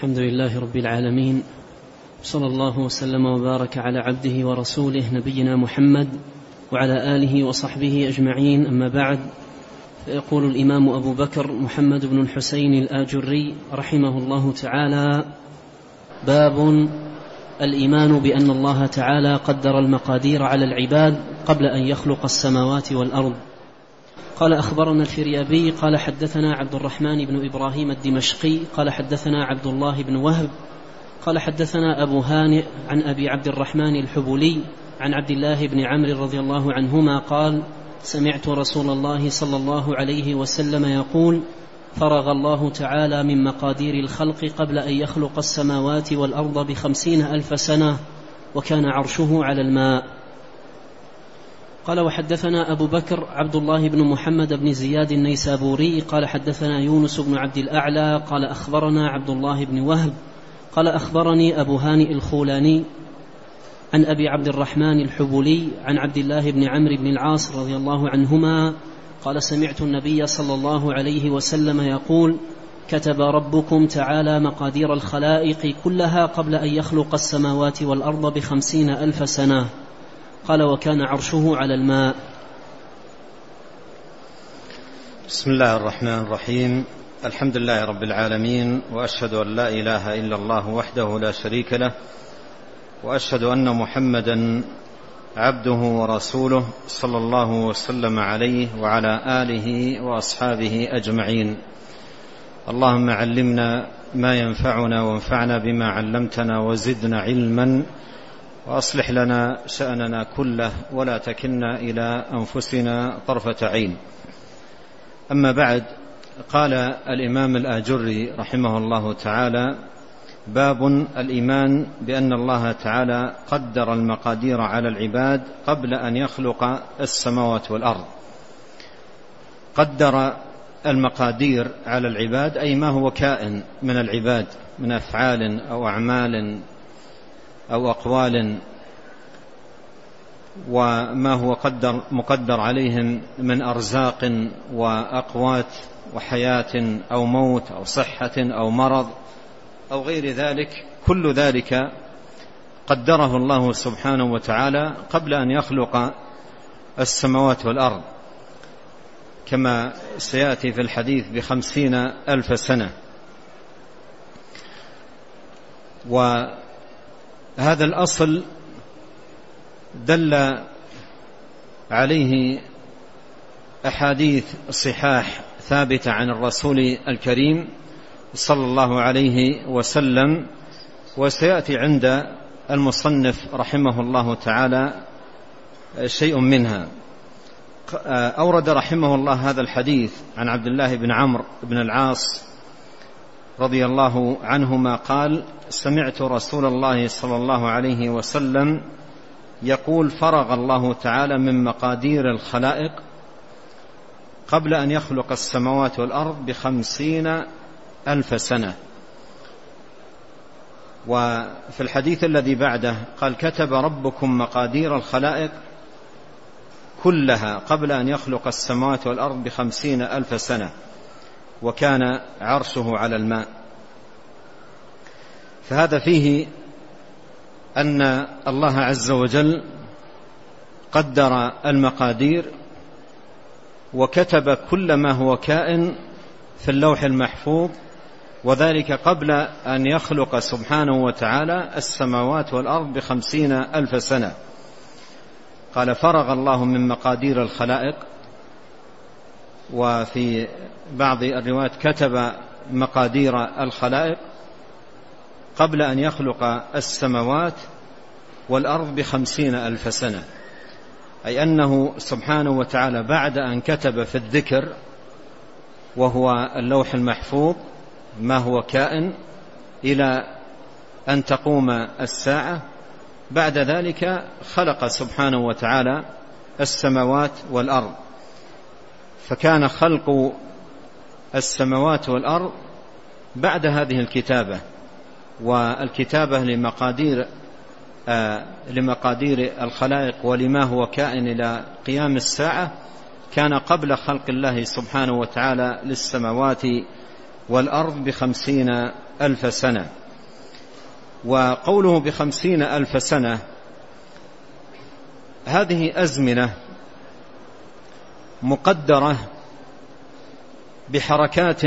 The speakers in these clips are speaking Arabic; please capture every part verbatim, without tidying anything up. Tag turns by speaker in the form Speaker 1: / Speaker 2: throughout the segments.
Speaker 1: الحمد لله رب العالمين، صلى الله وسلم وبارك على عبده ورسوله نبينا محمد وعلى آله وصحبه أجمعين. أما بعد، فيقول الإمام أبو بكر محمد بن الحسين الآجري رحمه الله تعالى: باب الإيمان بأن الله تعالى قدر المقادير على العباد قبل أن يخلق السماوات والأرض. قال: أخبرنا الفريابي قال حدثنا عبد الرحمن بن إبراهيم الدمشقي قال حدثنا عبد الله بن وهب قال حدثنا أبو هانئ عن أبي عبد الرحمن الحبولي عن عبد الله بن عمرو رضي الله عنهما قال: سمعت رسول الله صلى الله عليه وسلم يقول: فرغ الله تعالى من مقادير الخلق قبل أن يخلق السماوات والأرض بخمسين ألف سنة، وكان عرشه على الماء. قال: وحدثنا أبو بكر عبد الله بن محمد بن زياد النيسابوري قال حدثنا يونس بن عبد الأعلى قال أخبرنا عبد الله بن وهب قال أخبرني أبو هانئ الخولاني عن أبي عبد الرحمن الحبولي عن عبد الله بن عمرو بن العاص رضي الله عنهما قال: سمعت النبي صلى الله عليه وسلم يقول: كتب ربكم تعالى مقادير الخلائق كلها قبل أن يخلق السماوات والأرض بخمسين ألف سنة. قال: وكان عرشه على الماء.
Speaker 2: بسم الله الرحمن الرحيم. الحمد لله رب العالمين، وأشهد أن لا إله إلا الله وحده لا شريك له، وأشهد أن محمدا عبده ورسوله صلى الله وسلم عليه وعلى آله وأصحابه أجمعين. اللهم علمنا ما ينفعنا وانفعنا بما علمتنا وزدنا علما، وأصلح لنا شأننا كله ولا تكلنا إلى أنفسنا طرفة عين. أما بعد، قال الإمام الآجري رحمه الله تعالى: باب الإيمان بأن الله تعالى قدر المقادير على العباد قبل أن يخلق السماوات والأرض. قدر المقادير على العباد أي ما هو كائن من العباد من أفعال أو أعمال أو أقوال، وما هو قدر مقدر عليهم من أرزاق وأقوات وحياة أو موت أو صحة أو مرض أو غير ذلك. كل ذلك قدره الله سبحانه وتعالى قبل أن يخلق السماوات والأرض، كما سيأتي في الحديث بخمسين ألف سنة. وهذا الأصل دل عليه أحاديث صحاح ثابتة عن الرسول الكريم صلى الله عليه وسلم، وسيأتي عند المصنف رحمه الله تعالى شيء منها. أورد رحمه الله هذا الحديث عن عبد الله بن عمرو بن العاص رضي الله عنهما قال: سمعت رسول الله صلى الله عليه وسلم يقول: فرغ الله تعالى من مقادير الخلائق قبل أن يخلق السماوات والأرض بخمسين ألف سنة. وفي الحديث الذي بعده قال: كتب ربكم مقادير الخلائق كلها قبل أن يخلق السماوات والأرض بخمسين ألف سنة، وكان عرشه على الماء. فهذا فيه أن الله عز وجل قدر المقادير وكتب كل ما هو كائن في اللوح المحفوظ، وذلك قبل أن يخلق سبحانه وتعالى السماوات والأرض بخمسين ألف سنة. قال: فرغ الله من مقادير الخلائق، وفي بعض الروايات كتب مقادير الخلائق قبل أن يخلق السماوات والأرض بخمسين ألف سنة، أي أنه سبحانه وتعالى بعد أن كتب في الذكر وهو اللوح المحفوظ ما هو كائن إلى أن تقوم الساعة، بعد ذلك خلق سبحانه وتعالى السماوات والأرض. فكان خلق السماوات والأرض بعد هذه الكتابة، والكتابة لمقادير آه لمقادير الخلائق ولما هو كائن إلى قيام الساعة كان قبل خلق الله سبحانه وتعالى للسماوات والأرض بخمسين ألف سنة. وقوله بخمسين ألف سنة هذه أزمنة مقدرة بحركات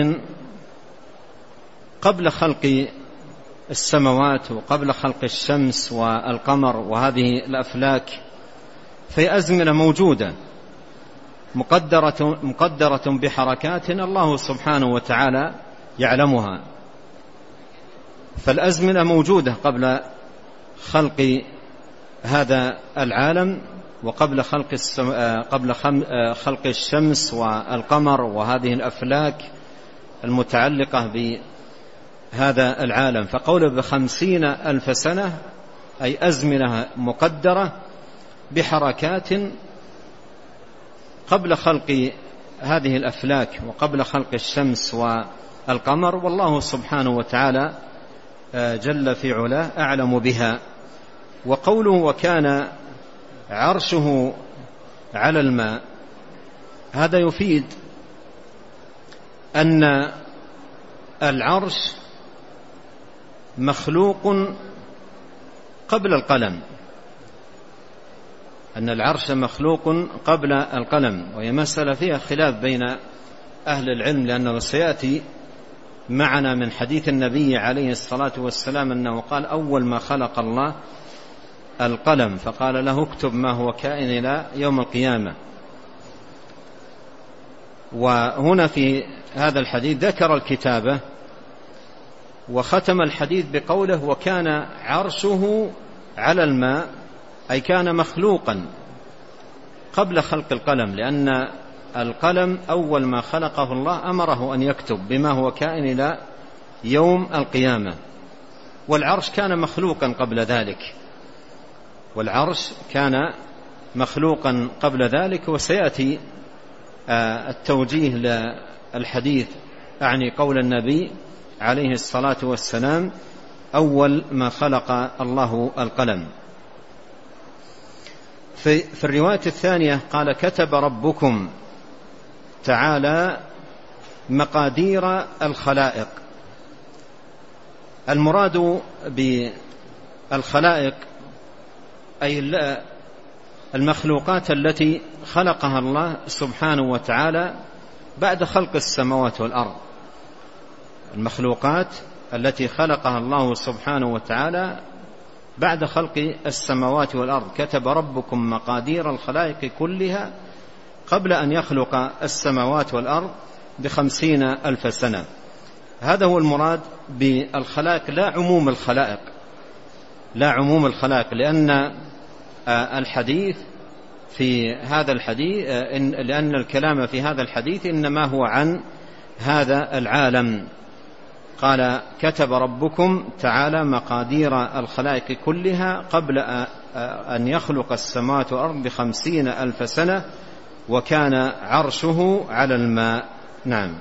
Speaker 2: قبل خلق السماوات وقبل خلق الشمس والقمر وهذه الأفلاك، في أزمنة موجودة مقدرة, مقدرة بحركات الله سبحانه وتعالى يعلمها. فالأزمنة موجودة قبل خلق هذا العالم وقبل خلق السم... قبل خلق الشمس والقمر وهذه الأفلاك المتعلقة بهذا العالم. فقوله بخمسين ألف سنة أي أزمنة مقدرة بحركات قبل خلق هذه الأفلاك وقبل خلق الشمس والقمر، والله سبحانه وتعالى جل في علاه أعلم بها. وقوله وكان عرشه على الماء هذا يفيد أن العرش مخلوق قبل القلم، أن العرش مخلوق قبل القلم، وهي مسألة فيها خلاف بين أهل العلم، لأنه سيأتي معنا من حديث النبي عليه الصلاة والسلام أنه قال أول ما خلق الله القلم فقال له اكتب ما هو كائن إلى يوم القيامة. وهنا في هذا الحديث ذكر الكتابة وختم الحديث بقوله وكان عرشه على الماء، أي كان مخلوقا قبل خلق القلم، لأن القلم أول ما خلقه الله أمره أن يكتب بما هو كائن إلى يوم القيامة، والعرش كان مخلوقا قبل ذلك، والعرش كان مخلوقا قبل ذلك. وسيأتي التوجيه للحديث أعني قول النبي عليه الصلاة والسلام أول ما خلق الله القلم. في, في الرواية الثانية قال كتب ربكم تعالى مقادير الخلائق. المراد بالخلائق أي المخلوقات التي خلقها الله سبحانه وتعالى بعد خلق السماوات والأرض، المخلوقات التي خلقها الله سبحانه وتعالى بعد خلق السماوات والأرض. كتب ربكم مقادير الخلائق كلها قبل أن يخلق السماوات والأرض بخمسين ألف سنة. هذا هو المراد بالخلائق، لا عموم الخلائق، لا عموم الخلائق، لأن الحديث في هذا الحديث لأن الكلام في هذا الحديث إنما هو عن هذا العالم. قال كتب ربكم تعالى مقادير الخلائق كلها قبل أن يخلق السماوات والأرض بخمسين ألف سنة وكان عرشه على الماء. نعم.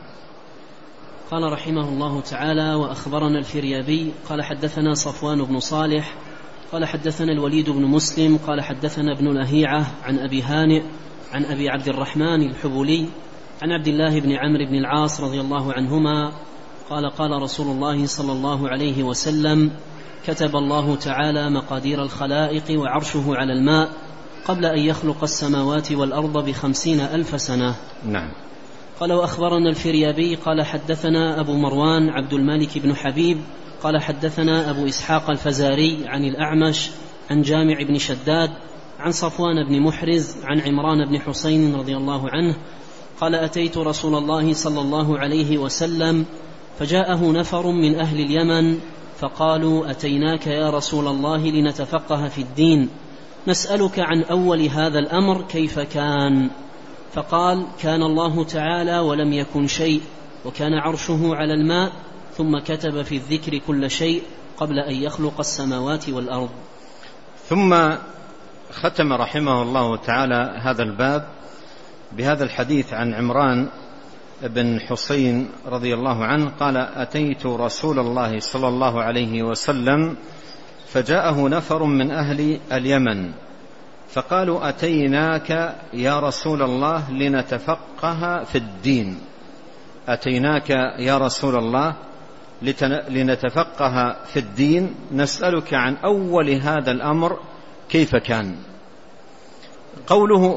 Speaker 1: قال رحمه الله تعالى وأخبرنا الفريابي قال حدثنا صفوان بن صالح قال حدثنا الوليد بن مسلم قال حدثنا ابن لهيعة عن أبي هانئ عن أبي عبد الرحمن الحبولي عن عبد الله بن عمرو بن العاص رضي الله عنهما قال قال رسول الله صلى الله عليه وسلم كتب الله تعالى مقادير الخلائق وعرشه على الماء قبل أن يخلق السماوات والأرض بخمسين ألف سنة.
Speaker 2: نعم.
Speaker 1: قال وأخبرنا الفريابي قال حدثنا أبو مروان عبد الملك بن حبيب قال حدثنا أبو إسحاق الفزاري عن الأعمش عن جامع بن شداد عن صفوان بن محرز عن عمران بن حسين رضي الله عنه قال أتيت رسول الله صلى الله عليه وسلم فجاءه نفر من أهل اليمن فقالوا أتيناك يا رسول الله لنتفقه في الدين نسألك عن أول هذا الأمر كيف كان؟ فقال كان الله تعالى ولم يكن شيء وكان عرشه على الماء ثم كتب في الذكر كل شيء قبل أن يخلق السماوات والأرض.
Speaker 2: ثم ختم رحمه الله تعالى هذا الباب بهذا الحديث عن عمران بن حسين رضي الله عنه قال أتيت رسول الله صلى الله عليه وسلم فجاءه نفر من أهل اليمن فقالوا أتيناك يا رسول الله لنتفقه في الدين. أتيناك يا رسول الله لنتفقه في الدين، نسألك عن أول هذا الأمر كيف كان. قوله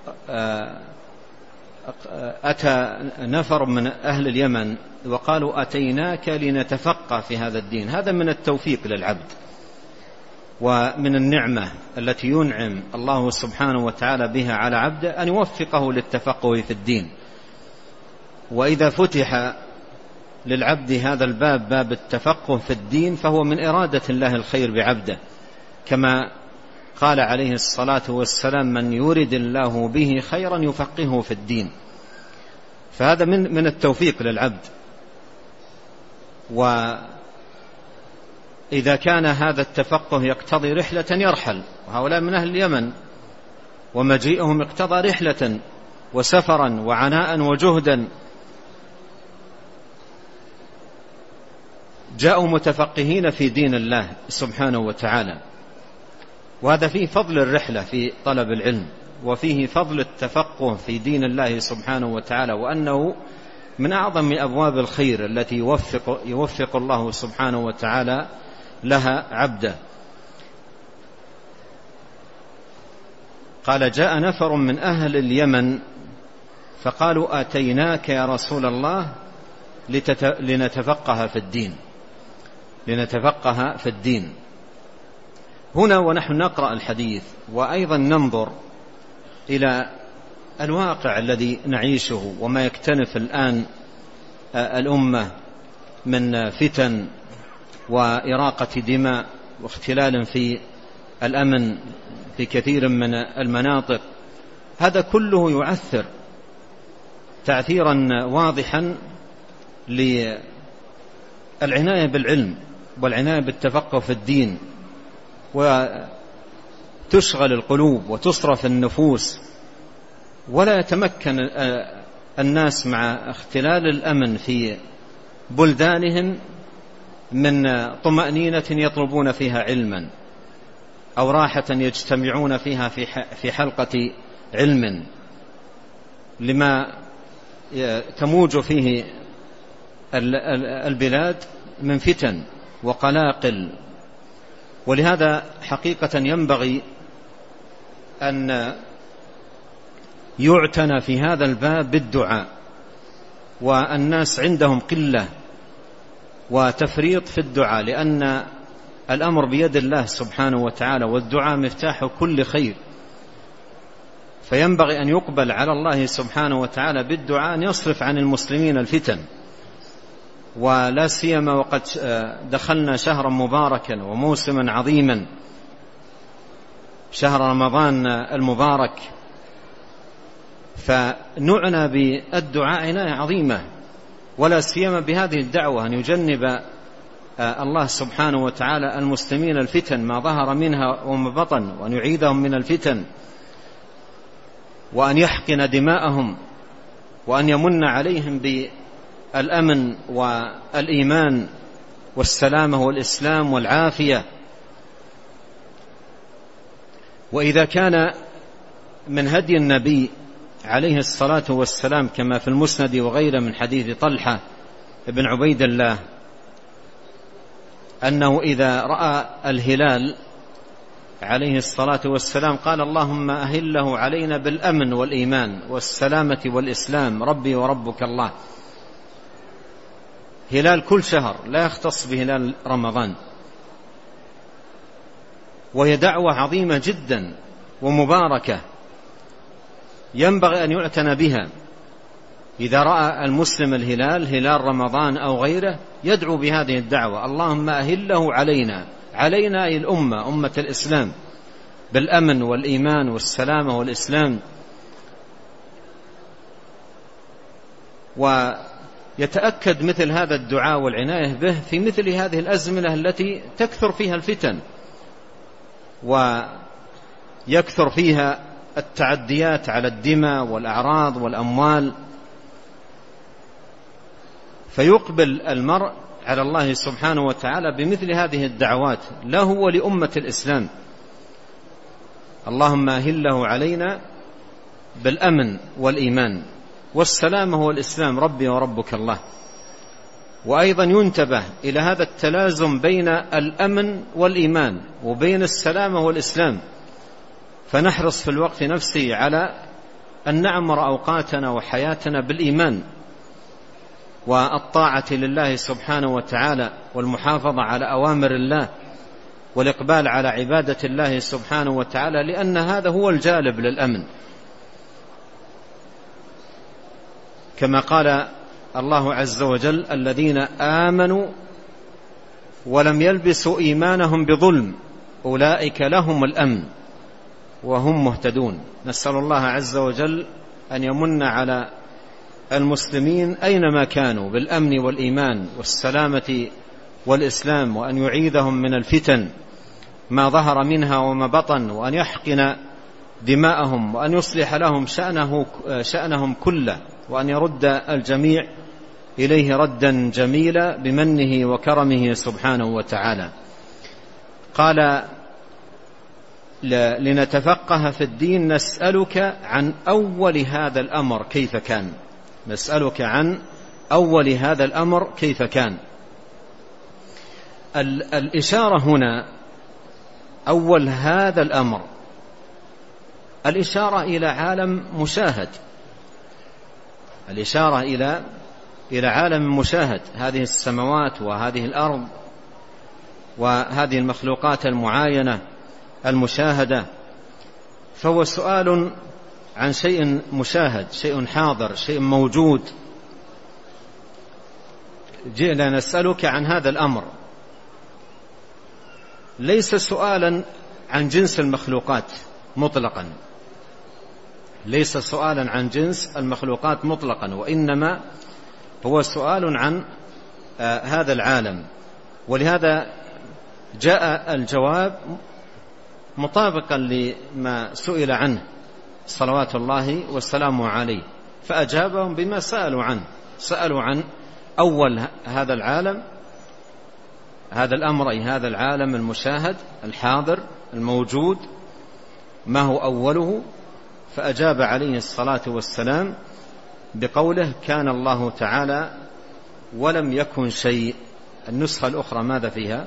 Speaker 2: أتى نفر من أهل اليمن وقالوا أتيناك لنتفقه في هذا الدين، هذا من التوفيق للعبد ومن النعمة التي ينعم الله سبحانه وتعالى بها على عبده أن يوفقه للتفقه في الدين. وإذا فتح للعبد هذا الباب، باب التفقه في الدين، فهو من إرادة الله الخير بعبده، كما قال عليه الصلاة والسلام: من يرد الله به خيرا يفقهه في الدين. فهذا من من التوفيق للعبد. وإذا كان هذا التفقه يقتضي رحلة يرحل، وهؤلاء من أهل اليمن ومجيئهم اقتضى رحلة وسفرا وعناء وجهدا، جاءوا متفقهين في دين الله سبحانه وتعالى. وهذا فيه فضل الرحلة في طلب العلم، وفيه فضل التفقه في دين الله سبحانه وتعالى، وأنه من أعظم أبواب الخير التي يوفق, يوفق الله سبحانه وتعالى لها عبده. قال: جاء نفر من أهل اليمن فقالوا أتيناك يا رسول الله لنتفقه في الدين لنتفقه في الدين. هنا ونحن نقرأ الحديث وأيضا ننظر إلى الواقع الذي نعيشه وما يكتنف الآن الأمة من فتن وإراقة دماء واختلال في الأمن في كثير من المناطق، هذا كله يؤثر تأثيرا واضحا للعناية بالعلم والعناية بالتفقه في الدين، وتشغل القلوب وتصرف النفوس، ولا يتمكن الناس مع اختلال الأمن في بلدانهم من طمأنينة يطلبون فيها علما، أو راحة يجتمعون فيها في حلقة علم، لما تموج فيه البلاد من فتن وقلاقل. ولهذا حقيقة ينبغي أن يعتنى في هذا الباب بالدعاء، والناس عندهم قلة وتفريط في الدعاء، لأن الأمر بيد الله سبحانه وتعالى، والدعاء مفتاح كل خير. فينبغي أن يقبل على الله سبحانه وتعالى بالدعاء أن يصرف عن المسلمين الفتن، ولا سيما وقد دخلنا شهرا مباركا وموسما عظيما، شهر رمضان المبارك، فنعنى بالدعاء عناية عظيمة، ولا سيما بهذه الدعوة أن يجنب الله سبحانه وتعالى المسلمين الفتن ما ظهر منها وما بطن، وأن يعيذهم من الفتن، وأن يحقن دماءهم، وأن يمن عليهم بالأمن والإيمان والسلامة والإسلام والعافية. وإذا كان من هدي النبي عليه الصلاة والسلام كما في المسند وغيره من حديث طلحة بن عبيد الله أنه إذا رأى الهلال عليه الصلاة والسلام قال: اللهم أهله علينا بالأمن والإيمان والسلامة والإسلام ربي وربك الله. هلال كل شهر، لا يختص بهلال رمضان، وهي دعوة عظيمة جدا ومباركة ينبغي أن يعتنى بها. إذا رأى المسلم الهلال، هلال رمضان أو غيره، يدعو بهذه الدعوة: اللهم أهله علينا، علينا أي الأمة، أمة الإسلام، بالأمن والإيمان والسلامة والإسلام. ويتأكد مثل هذا الدعاء والعناية به في مثل هذه الأزمنة التي تكثر فيها الفتن ويكثر فيها التعديات على الدماء والأعراض والأموال. فيقبل المرء على الله سبحانه وتعالى بمثل هذه الدعوات له ولأمة الإسلام: اللهم أهله علينا بالأمن والإيمان والسلامة والإسلام ربي وربك الله. وأيضا ينتبه إلى هذا التلازم بين الأمن والإيمان وبين السلامة والإسلام، فنحرص في الوقت نفسه على أن نعمر أوقاتنا وحياتنا بالإيمان والطاعة لله سبحانه وتعالى والمحافظة على أوامر الله والإقبال على عبادة الله سبحانه وتعالى، لأن هذا هو الجالب للأمن. كما قال الله عز وجل: الذين آمنوا ولم يلبسوا إيمانهم بظلم أولئك لهم الأمن وهم مهتدون. نسأل الله عز وجل أن يمن على المسلمين أينما كانوا بالأمن والإيمان والسلامة والإسلام، وأن يعيذهم من الفتن ما ظهر منها وما بطن، وأن يحقن دماءهم، وأن يصلح لهم شأنه شأنهم كله، وأن يرد الجميع إليه ردا جميلا بمنه وكرمه سبحانه وتعالى. قال: لنتفقه في الدين نسألك عن أول هذا الأمر كيف كان. نسألك عن أول هذا الأمر كيف كان. الإشارة هنا أول هذا الأمر، الإشارة إلى عالم مشاهد، الإشارة إلى إلى عالم مشاهد، هذه السماوات وهذه الأرض وهذه المخلوقات المعاينة المشاهدة، فهو سؤال عن شيء مشاهد، شيء حاضر، شيء موجود. جئنا نسألك عن هذا الأمر، ليس سؤالا عن جنس المخلوقات مطلقا، ليس سؤالا عن جنس المخلوقات مطلقا، وإنما هو سؤال عن آه هذا العالم. ولهذا جاء الجواب مطابقا لما سئل عنه صلوات الله والسلام عليه، فأجابهم بما سألوا عنه. سألوا عن أول هذا العالم، هذا الأمر، أي هذا العالم المشاهد الحاضر الموجود، ما هو أوله؟ فأجاب عليه الصلاة والسلام بقوله: كان الله تعالى ولم يكن شيء. النسخة الأخرى ماذا فيها؟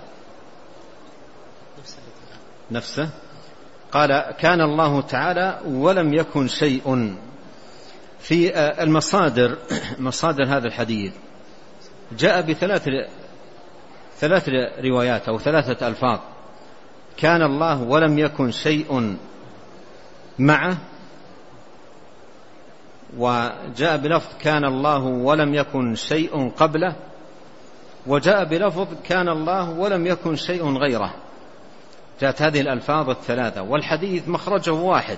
Speaker 2: نفسه. قال: كان الله تعالى ولم يكن شيء. في المصادر، مصادر هذا الحديث جاء بثلاث ثلاث روايات أو ثلاثة ألفاظ: كان الله ولم يكن شيء معه، وجاء بلفظ كان الله ولم يكن شيء قبله، وجاء بلفظ كان الله ولم يكن شيء غيره. جاءت هذه الألفاظ الثلاثة، والحديث مخرجه واحد،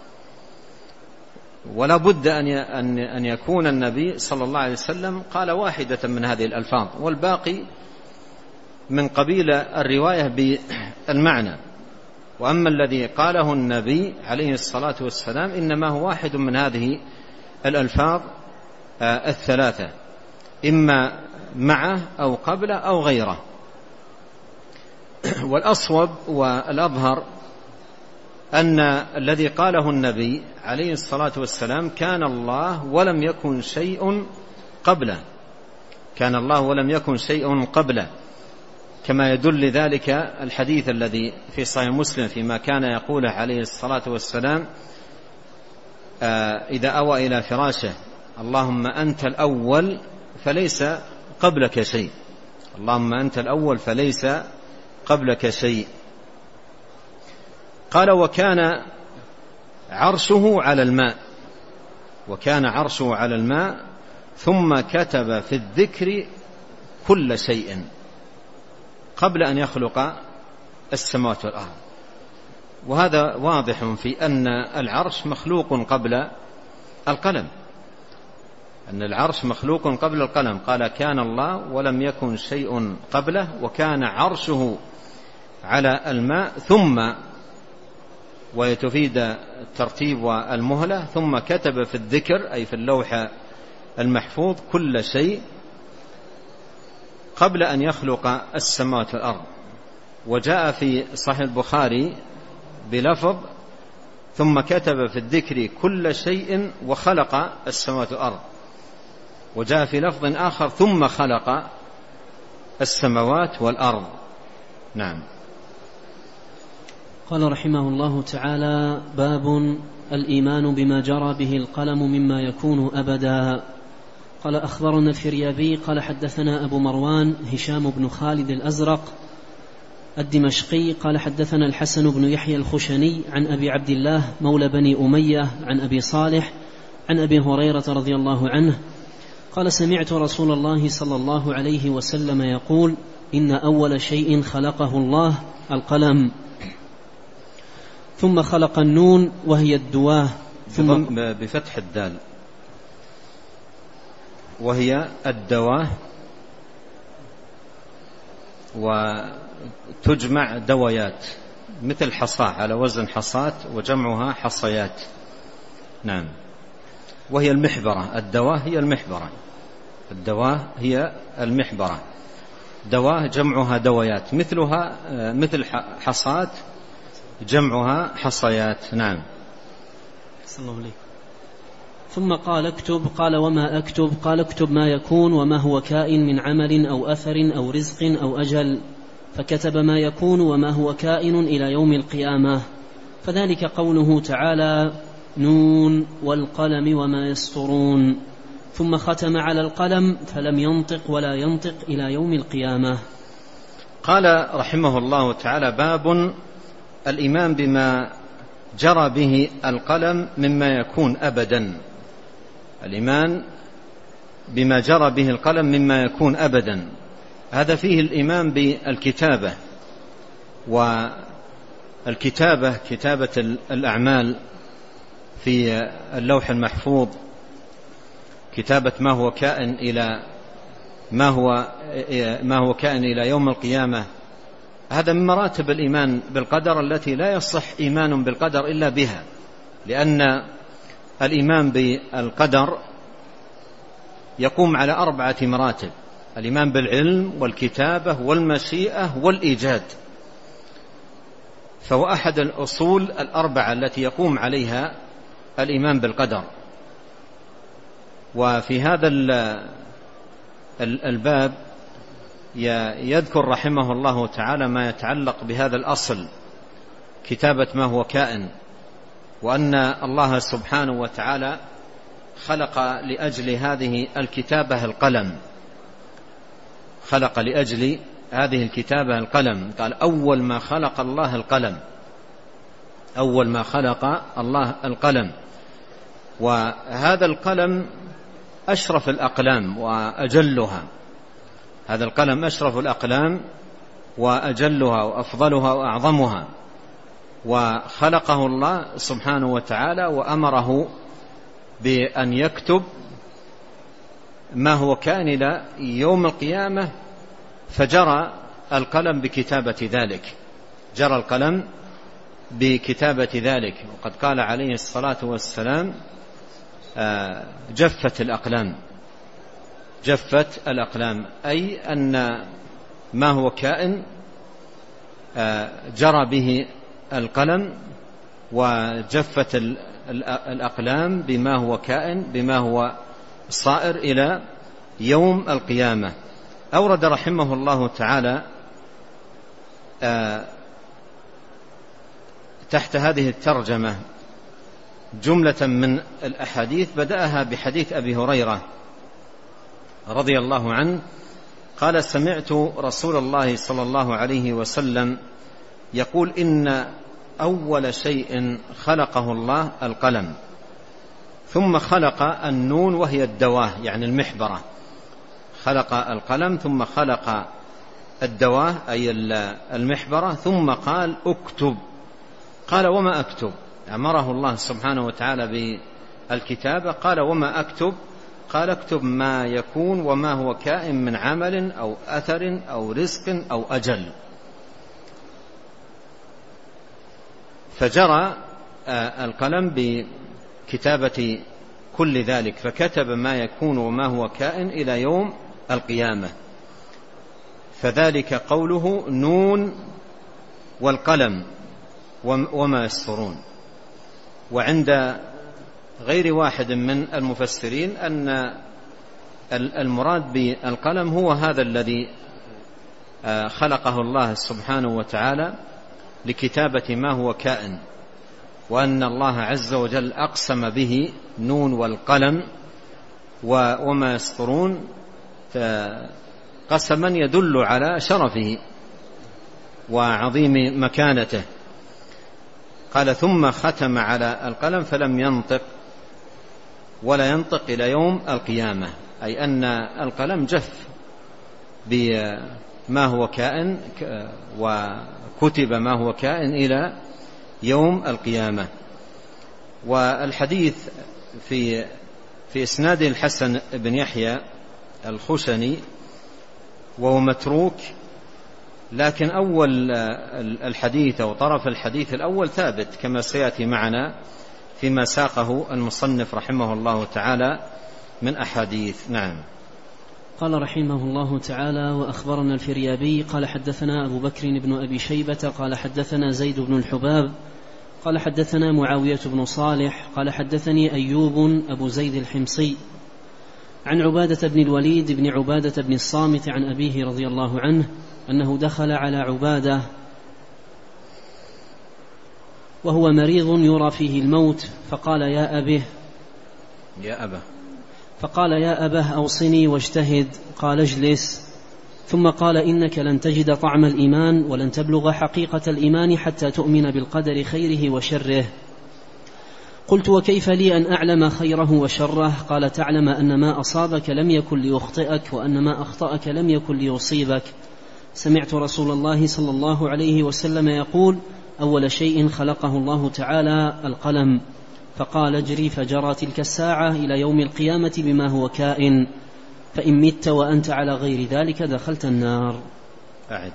Speaker 2: ولا بد أن يكون النبي صلى الله عليه وسلم قال واحدة من هذه الألفاظ، والباقي من قبيل الرواية بالمعنى. وأما الذي قاله النبي عليه الصلاة والسلام إنما هو واحد من هذه الألفاظ الثلاثة، إما معه أو قبله أو غيره. والأصوب والأظهر أن الذي قاله النبي عليه الصلاة والسلام كان الله ولم يكن شيء قبله، كان الله ولم يكن شيء قبله، كما يدل ذلك الحديث الذي في صحيح مسلم فيما كان يقوله عليه الصلاة والسلام إذا أوى إلى فراشه: اللهم أنت الأول فليس قبلك شيء، اللهم أنت الأول فليس قبلك شيء. قال: وكان عرشه على الماء، وكان عرشه على الماء ثم كتب في الذكر كل شيء قبل أن يخلق السماوات والأرض. وهذا واضح في أن العرش مخلوق قبل القلم، أن العرش مخلوق قبل القلم. قال: كان الله ولم يكن شيء قبله، وكان عرشه على الماء، ثم ويتفيد الترتيب والمهلة، ثم كتب في الذكر أي في اللوح المحفوظ كل شيء قبل أن يخلق السماوات والأرض. وجاء في صحيح البخاري بلفظ ثم كتب في الذكر كل شيء وخلق السماوات والأرض، وجاء في لفظ آخر ثم خلق السماوات والأرض. نعم.
Speaker 1: قال رحمه الله تعالى: باب الإيمان بما جرى به القلم مما يكون أبدا. قال: أخبرنا الفريابي قال حدثنا أبو مروان هشام بن خالد الأزرق الدمشقي قال حدثنا الحسن بن يحيى الخشني عن أبي عبد الله مولى بني أمية عن أبي صالح عن أبي هريرة رضي الله عنه قال: سمعت رسول الله صلى الله عليه وسلم يقول: إن أول شيء خلقه الله القلم، ثم خلق النون وهي الدواه، ثم
Speaker 2: بفتح الدال وهي الدواه، وتجمع دويات مثل حصاة على وزن حصات وجمعها حصيات. نعم. وهي المحبرة. الدواه هي المحبرة. الدواه هي المحبرة. دواه جمعها دويات، مثلها مثل حصات جمعها حصيات. نعم.
Speaker 1: صلى الله عليه. ثم قال: اكتب. قال: وما أكتب؟ قال: اكتب ما يكون وما هو كائن من عمل أو أثر أو رزق أو أجل. فكتب ما يكون وما هو كائن إلى يوم القيامة، فذلك قوله تعالى: نون والقلم وما يسطرون. ثم ختم على القلم فلم ينطق ولا ينطق إلى يوم القيامة.
Speaker 2: قال رحمه الله تعالى: باب الإيمان بما جرى به القلم مما يكون أبدا. الإيمان بما جرى به القلم مما يكون أبدا، هذا فيه الإيمان بالكتابة، والكتابة كتابة الأعمال في اللوح المحفوظ، كتابة ما هو كائن إلى ما هو ما هو كائن إلى يوم القيامة. هذا من مراتب الإيمان بالقدر التي لا يصح إيمان بالقدر إلا بها، لأن الإيمان بالقدر يقوم على أربعة مراتب: الإيمان بالعلم والكتابة والمشيئة والإيجاد. فهو أحد الأصول الأربعة التي يقوم عليها الإيمان بالقدر. وفي هذا الباب يذكر رحمه الله تعالى ما يتعلق بهذا الأصل، كتابة ما هو كائن، وأن الله سبحانه وتعالى خلق لأجل هذه الكتابة القلم، خلق لأجل هذه الكتابة القلم. قال: أول ما خلق الله القلم، أول ما خلق الله القلم. وهذا القلم أشرف الأقلام وأجلها، هذا القلم أشرف الأقلام وأجلها وأفضلها وأعظمها، وخلقه الله سبحانه وتعالى وأمره بأن يكتب ما هو كائن إلى يوم القيامة، فجرى القلم بكتابة ذلك، جرى القلم بكتابة ذلك. وقد قال عليه الصلاة والسلام: جفت الأقلام، جفت الأقلام، أي أن ما هو كائن جرى به القلم وجفت الأقلام بما هو كائن، بما هو صائر إلى يوم القيامة. أورد رحمه الله تعالى تحت هذه الترجمة جملة من الأحاديث، بدأها بحديث أبي هريرة رضي الله عنه قال: سمعت رسول الله صلى الله عليه وسلم يقول: إن أول شيء خلقه الله القلم، ثم خلق النون وهي الدواه، يعني المحبرة. خلق القلم ثم خلق الدواه أي المحبرة، ثم قال: اكتب. قال: وما أكتب؟ أمره الله سبحانه وتعالى بالكتابة. قال: وما أكتب؟ قال: اكتب ما يكون وما هو كائن من عمل أو أثر أو رزق أو أجل. فجرى القلم بكتابة كل ذلك، فكتب ما يكون وما هو كائن إلى يوم القيامة، فذلك قوله: نون والقلم وما يسطرون. وعند غير واحد من المفسرين أن المراد بالقلم هو هذا الذي خلقه الله سبحانه وتعالى لكتابة ما هو كائن، وأن الله عز وجل أقسم به نون والقلم وما يسطرون قسما يدل على شرفه وعظيم مكانته. قال ثم ختم على القلم فلم ينطق ولا ينطق إلى يوم القيامة، أي أن القلم جف بما هو كائن وكتب ما هو كائن إلى يوم القيامة. والحديث في في إسناد الحسن بن يحيى الخشني وهو متروك، لكن أول الحديث أو طرف الحديث الأول ثابت كما سيأتي معنا فيما ساقه المصنف رحمه الله تعالى من أحاديث. نعم.
Speaker 1: قال رحمه الله تعالى: وأخبرنا الفريابي قال حدثنا أبو بكر بن أبي شيبة قال حدثنا زيد بن الحباب قال حدثنا معاوية بن صالح قال حدثني أيوب أبو زيد الحمصي عن عبادة بن الوليد بن عبادة بن الصامت عن أبيه رضي الله عنه أنه دخل على عبادة وهو مريض يرى فيه الموت فقال يا أبه
Speaker 2: يا أبه
Speaker 1: فقال يا أبه أوصني واجتهد. قال اجلس. ثم قال إنك لن تجد طعم الإيمان ولن تبلغ حقيقة الإيمان حتى تؤمن بالقدر خيره وشره. قلت وكيف لي أن أعلم خيره وشره؟ قال تعلم أن ما أصابك لم يكن ليخطئك وأن ما أخطأك لم يكن ليصيبك. سمعت رسول الله صلى الله عليه وسلم يقول أول شيء خلقه الله تعالى القلم، فقال اجري فجرى تلك الساعة إلى يوم القيامة بما هو كائن، فإن مت وأنت على غير ذلك دخلت النار.
Speaker 2: أعد.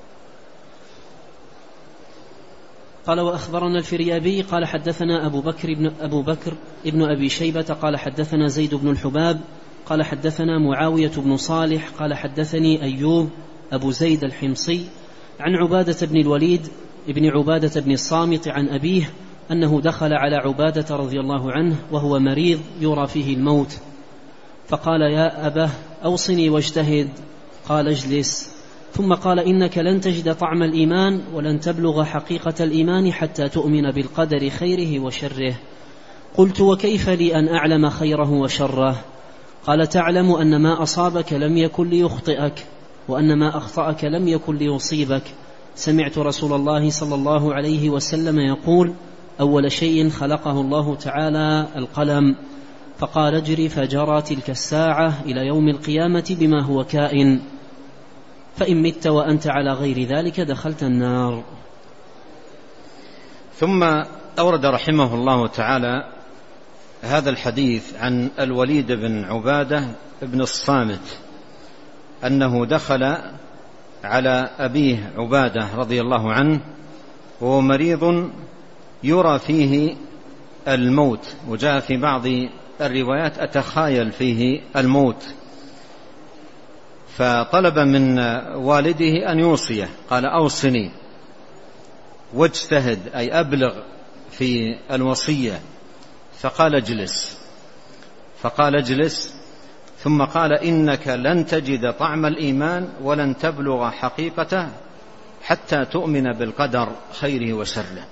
Speaker 1: قال وأخبرنا الفريابي قال حدثنا أبو بكر ابن, أبو بكر ابن أبي شيبة قال حدثنا زيد بن الحباب قال حدثنا معاوية بن صالح قال حدثني أيوب أبو زيد الحمصي عن عبادة بن الوليد ابن عبادة بن الصامت عن أبيه أنه دخل على عبادة رضي الله عنه وهو مريض يرى فيه الموت فقال يا أبه أوصني واجتهد. قال اجلس. ثم قال إنك لن تجد طعم الإيمان ولن تبلغ حقيقة الإيمان حتى تؤمن بالقدر خيره وشره. قلت وكيف لي أن أعلم خيره وشره؟ قال تعلم أن ما أصابك لم يكن ليخطئك وأن ما أخطأك لم يكن ليصيبك. سمعت رسول الله صلى الله عليه وسلم يقول أول شيء خلقه الله تعالى القلم، فقال اجري فجرى تلك الساعة إلى يوم القيامة بما هو كائن، فإن مت وأنت على غير ذلك دخلت النار.
Speaker 2: ثم أورد رحمه الله تعالى هذا الحديث عن الوليد بن عبادة بن الصامت أنه دخل على أبيه عبادة رضي الله عنه وهو مريض يرى فيه الموت، وجاء في بعض الروايات أتخايل فيه الموت، فطلب من والده أن يوصيه، قال أوصني واجتهد أي أبلغ في الوصية، فقال اجلس فقال اجلس ثم قال إنك لن تجد طعم الإيمان ولن تبلغ حقيقته حتى تؤمن بالقدر خيره وشره.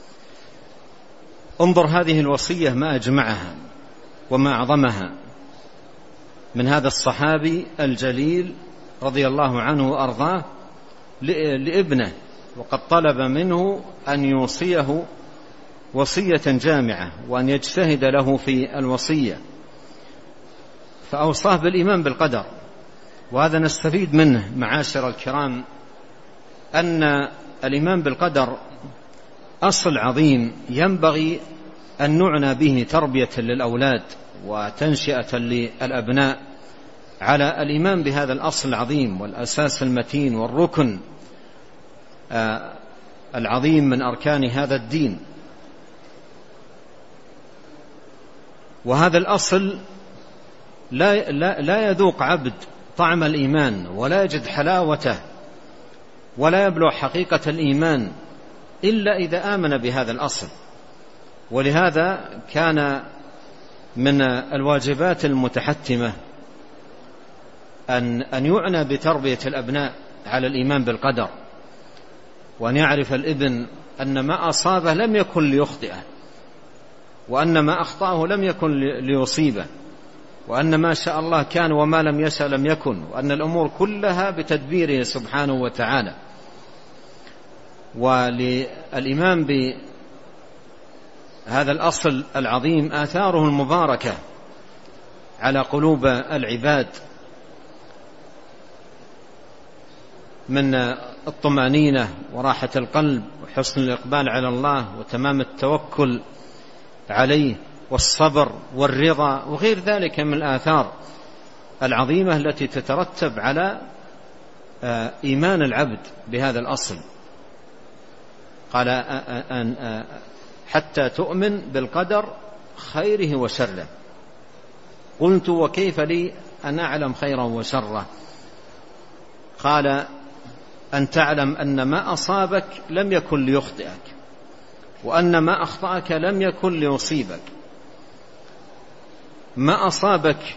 Speaker 2: انظر هذه الوصية ما أجمعها وما أعظمها من هذا الصحابي الجليل رضي الله عنه وأرضاه لابنه، وقد طلب منه أن يوصيه وصية جامعة وأن يجتهد له في الوصية، فأوصاه بالإيمان بالقدر. وهذا نستفيد منه معاشر الكرام أن الإيمان بالقدر أصل عظيم ينبغي أن نعنى به تربية للأولاد وتنشئة للأبناء على الإيمان بهذا الأصل العظيم والأساس المتين والركن العظيم من أركان هذا الدين. وهذا الأصل لا, لا, لا يذوق عبد طعم الإيمان ولا يجد حلاوته ولا يبلغ حقيقة الإيمان إلا إذا آمن بهذا الأصل. ولهذا كان من الواجبات المتحتمة أن, أن يعنى بتربية الأبناء على الإيمان بالقدر، وأن يعرف الابن أن ما أصابه لم يكن ليخطئه، وأن ما أخطأه لم يكن ليصيبه، وأن ما شاء الله كان وما لم يشأ لم يكن، وأن الأمور كلها بتدبيره سبحانه وتعالى. وللإيمان بهذا الأصل العظيم آثاره المباركة على قلوب العباد من الطمأنينة وراحة القلب وحسن الإقبال على الله وتمام التوكل عليه والصبر والرضا وغير ذلك من الآثار العظيمة التي تترتب على إيمان العبد بهذا الأصل. قال أن حتى تؤمن بالقدر خيره وشره. قلت وكيف لي أن أعلم خيرا وشره؟ قال أن تعلم أن ما أصابك لم يكن ليخطئك، وأن ما أخطأك لم يكن ليصيبك. ما أصابك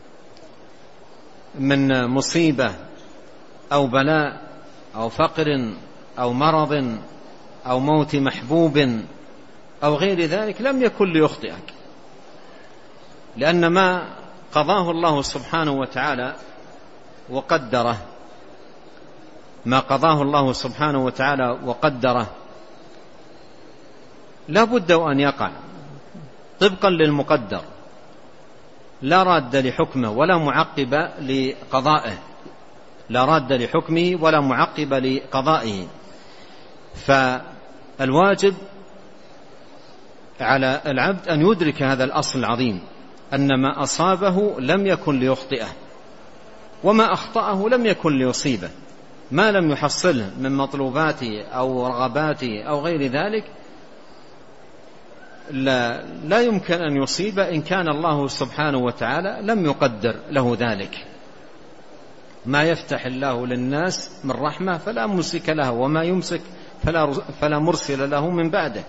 Speaker 2: من مصيبة أو بلاء أو فقر أو مرض أو موت محبوب أو غير ذلك لم يكن ليخطئك، لأن ما قضاه الله سبحانه وتعالى وقدره، ما قضاه الله سبحانه وتعالى وقدره لا بد أن يقع طبقا للمقدر، لا راد لحكمه ولا معقب لقضائه، لا راد لحكمه ولا معقب لقضائه. فالواجب على العبد أن يدرك هذا الأصل العظيم، أن ما أصابه لم يكن ليخطئه، وما أخطأه لم يكن ليصيبه. ما لم يحصله من مطلوباته أو رغباته أو غير ذلك لا, لا يمكن أن يصيب إن كان الله سبحانه وتعالى لم يقدر له ذلك. ما يفتح الله للناس من رحمة فلا ممسك له، وما يمسك فلا, فلا مرسل له من بعده.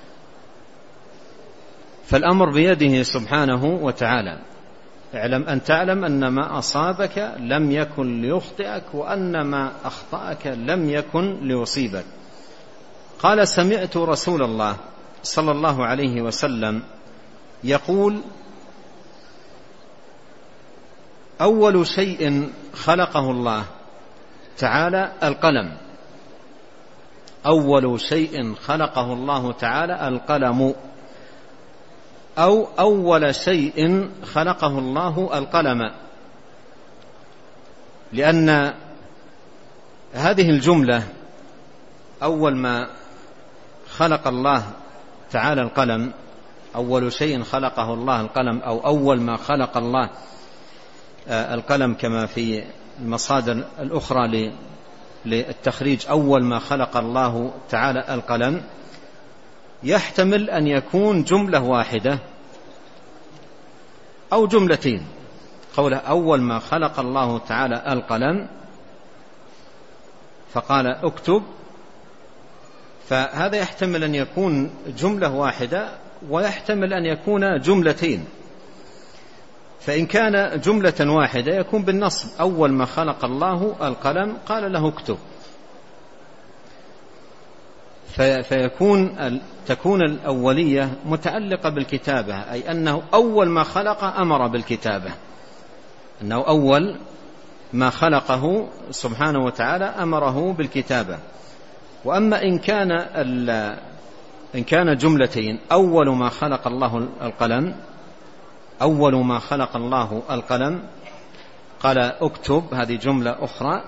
Speaker 2: فالأمر بيده سبحانه وتعالى. اعلم أن تعلم أن ما أصابك لم يكن ليخطئك، وأن ما أخطأك لم يكن ليصيبك. قال سمعت رسول الله صلى الله عليه وسلم يقول أول شيء خلقه الله تعالى القلم. أول شيء خلقه الله تعالى القلم، أو أول شيء خلقه الله القلم، لأن هذه الجملة أول ما خلق الله تعالى القلم، أول شيء خلقه الله القلم، أو أول ما خلق الله القلم كما في المصادر الأخرى للتخريج، أول ما خلق الله تعالى القلم، يحتمل أن يكون جملة واحدة أو جملتين. قوله أول ما خلق الله تعالى القلم فقال اكتب، فهذا يحتمل أن يكون جملة واحدة ويحتمل أن يكون جملتين. فإن كان جملة واحدة يكون بالنصب، أول ما خلق الله القلم قال له اكتب، فيكون تكون الأولية متعلقة بالكتابة، أي أنه أول ما خلق أمر بالكتابة، أنه أول ما خلقه سبحانه وتعالى أمره بالكتابة. وأما إن كان إن كان جملتين، أول ما خلق الله القلم، أول ما خلق الله القلم قال اكتب، هذه جملة أخرى،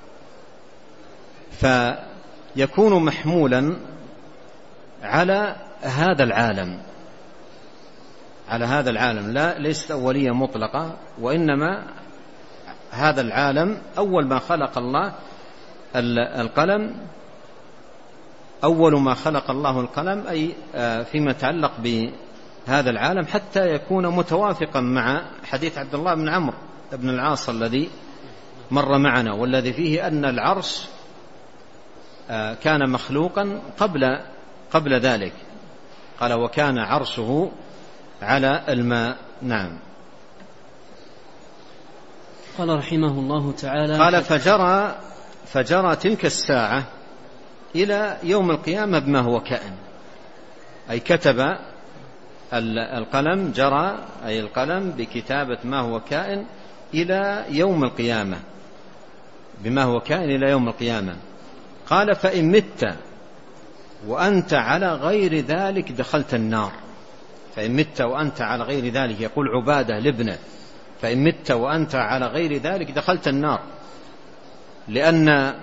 Speaker 2: فيكون محمولا على هذا العالم، على هذا العالم، لا ليست أولية مطلقة، وإنما هذا العالم أول ما خلق الله القلم، أول ما خلق الله القلم، أي فيما يتعلق بهذا العالم، حتى يكون متوافقا مع حديث عبد الله بن عمرو بن العاص الذي مر معنا، والذي فيه أن العرش كان مخلوقا قبل قبل ذلك. قال وكان عرشه على الماء. نعم.
Speaker 1: قال رحمه الله تعالى
Speaker 2: قال فجرى فجرى تلك الساعة إلى يوم القيامة بما هو كائن، أي كتب القلم، جرى أي القلم بكتابة ما هو كائن إلى يوم القيامة، بما هو كائن إلى يوم القيامة. قال فإن مت وأنت على غير ذلك دخلت النار. فإن مت وأنت على غير ذلك، يقول عبادة لابنه، فإن مت وأنت على غير ذلك دخلت النار، لأن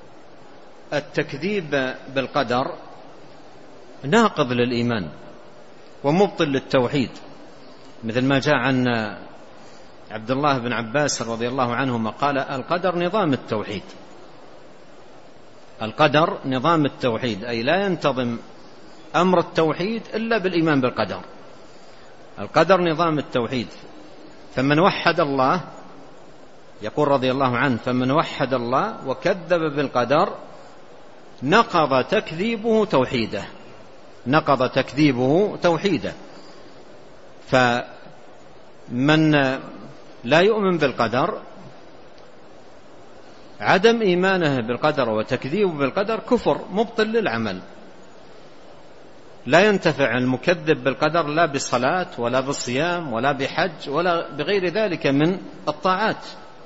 Speaker 2: التكذيب بالقدر ناقض للإيمان ومبطل للتوحيد، مثل ما جاء عن عبد الله بن عباس رضي الله عنهما قال القدر نظام التوحيد، القدر نظام التوحيد، أي لا ينتظم أمر التوحيد إلا بالإيمان بالقدر. القدر نظام التوحيد، فمن وحد الله، يقول رضي الله عنه، فمن وحد الله وكذب بالقدر نقض تكذيبه توحيده، نقض تكذيبه توحيده. فمن لا يؤمن بالقدر، عدم إيمانه بالقدر وتكذيبه بالقدر كفر مبطل للعمل. لا ينتفع المكذب بالقدر لا بصلاة ولا بصيام ولا بحج ولا بغير ذلك من الطاعات.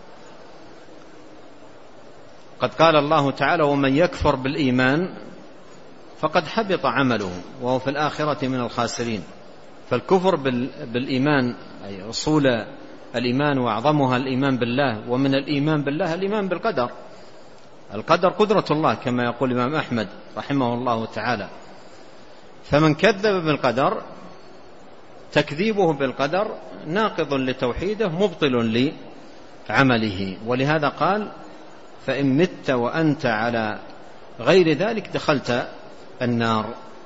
Speaker 2: قد قال الله تعالى ومن يكفر بالإيمان فقد حبط عمله وهو في الآخرة من الخاسرين. فالكفر بالإيمان أي أصول الإيمان وأعظمها الإيمان بالله، ومن الإيمان بالله الإيمان بالقدر. القدر قدرة الله كما يقول الإمام أحمد رحمه الله تعالى. فمن كذب بالقدر تكذيبه بالقدر ناقض لتوحيده مبطل لعمله، ولهذا قال فإن مت وأنت على غير ذلك دخلت النار.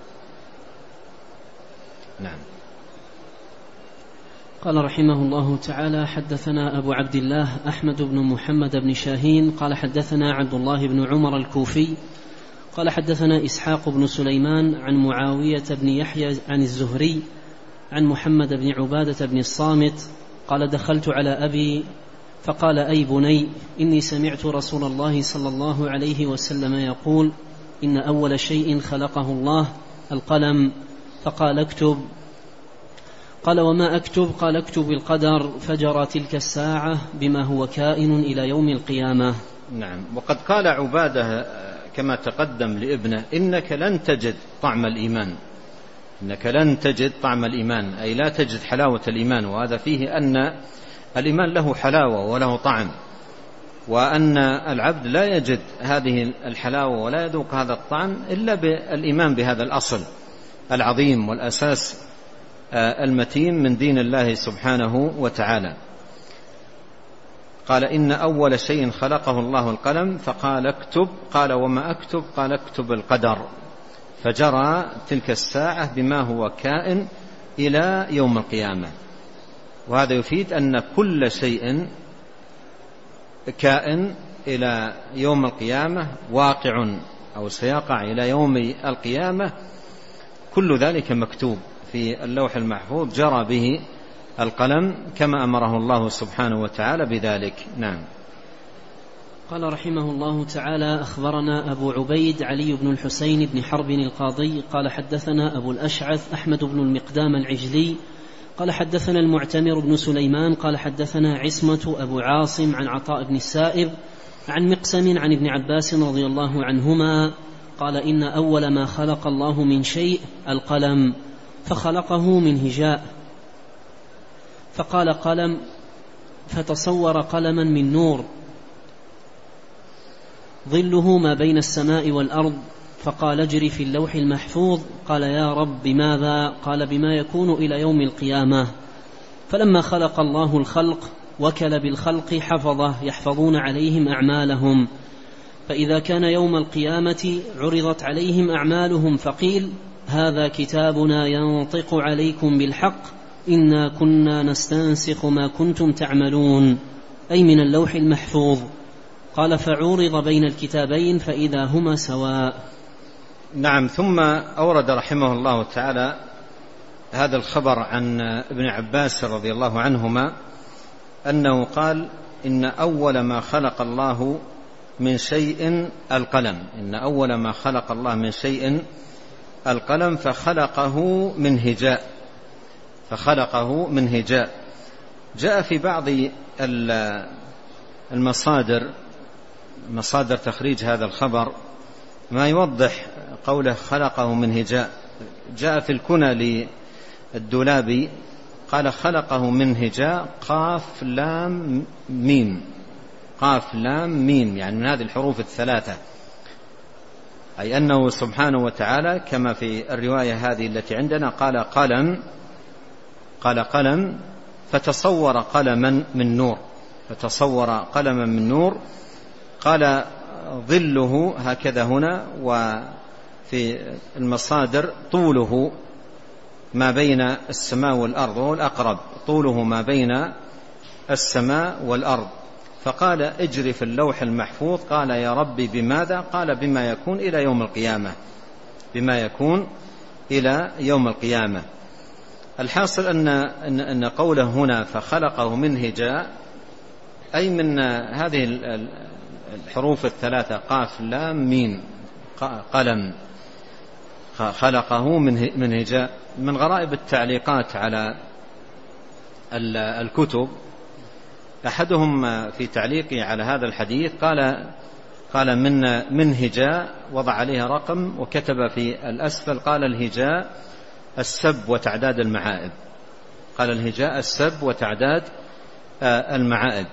Speaker 2: نعم.
Speaker 1: قال رحمه الله تعالى حدثنا أبو عبد الله أحمد بن محمد بن شاهين قال حدثنا عبد الله بن عمر الكوفي قال حدثنا إسحاق بن سليمان عن معاوية بن يحيى عن الزهري عن محمد بن عبادة بن الصامت قال دخلت على أبي فقال أي بني إني سمعت رسول الله صلى الله عليه وسلم يقول إن أول شيء خلقه الله القلم، فقال اكتب. قال وما أكتب؟ قال اكتب القدر، فجرى تلك الساعة بما هو كائن إلى يوم القيامة.
Speaker 2: نعم. وقد قال عبادة كما تقدم لابنه إنك لن تجد طعم الإيمان، إنك لن تجد طعم الإيمان، أي لا تجد حلاوة الإيمان. وهذا فيه أن الإيمان له حلاوة وله طعم، وأن العبد لا يجد هذه الحلاوة ولا يذوق هذا الطعم إلا بالإيمان بهذا الأصل العظيم والأساس المتين من دين الله سبحانه وتعالى. قال إن أول شيء خلقه الله القلم، فقال اكتب. قال وما أكتب؟ قال اكتب القدر، فجرى تلك الساعة بما هو كائن إلى يوم القيامة. وهذا يفيد أن كل شيء كائن إلى يوم القيامة واقع أو سيقع إلى يوم القيامة، كل ذلك مكتوب في اللوح المحفوظ جرى به القلم كما أمره الله سبحانه وتعالى بذلك. نعم.
Speaker 1: قال رحمه الله تعالى أخبرنا أبو عبيد علي بن الحسين بن حرب القاضي قال حدثنا أبو الأشعث أحمد بن المقدام العجلي قال حدثنا المعتمر بن سليمان قال حدثنا عصمة أبو عاصم عن عطاء بن السائب عن مقسم عن ابن عباس رضي الله عنهما قال إن أول ما خلق الله من شيء القلم، فخلقه من هجاء، فقال قلم، فتصور قلما من نور ظله ما بين السماء والأرض، فقال اجري في اللوح المحفوظ. قال يا رب بماذا؟ قال بما يكون إلى يوم القيامة. فلما خلق الله الخلق وكل بالخلق حفظه يحفظون عليهم أعمالهم، فإذا كان يوم القيامة عرضت عليهم أعمالهم فقيل هذا كتابنا ينطق عليكم بالحق إنا كنا نستنسخ ما كنتم تعملون، أي من اللوح المحفوظ. قال فعورض بين الكتابين فإذا هما سواء.
Speaker 2: نعم. ثم أورد رحمه الله تعالى هذا الخبر عن ابن عباس رضي الله عنهما أنه قال إن أول ما خلق الله من شيء القلم، إن أول ما خلق الله من شيء القلم فخلقه من هجاء فخلقه من هجاء. جاء في بعض المصادر مصادر تخريج هذا الخبر ما يوضح قوله خلقه من هجاء. جاء في الكنى للدولابي قال خلقه من هجاء قاف لام ميم، قاف لام ميم، يعني من هذه الحروف الثلاثة، أي أنه سبحانه وتعالى كما في الرواية هذه التي عندنا قال قلم قال قلم فتصور قلما من نور فتصور قلما من نور. قال ظله هكذا هنا، وفي المصادر طوله ما بين السماء والأرض، وهو الأقرب، طوله ما بين السماء والأرض. فقال اجري في اللوح المحفوظ. قال يا ربي بماذا؟ قال بما يكون إلى يوم القيامة بما يكون إلى يوم القيامة. الحاصل أن, أن قوله هنا فخلقه من هجاء أي من هذه الحروف الثلاثة قاف لام ميم قلم، خلقه من هجاء. من غرائب التعليقات على الكتب أحدهم في تعليقه على هذا الحديث قال قال من من هجاء، وضع عليها رقم وكتب في الأسفل قال الهجاء السب وتعداد المعائب قال الهجاء السب وتعداد المعائب.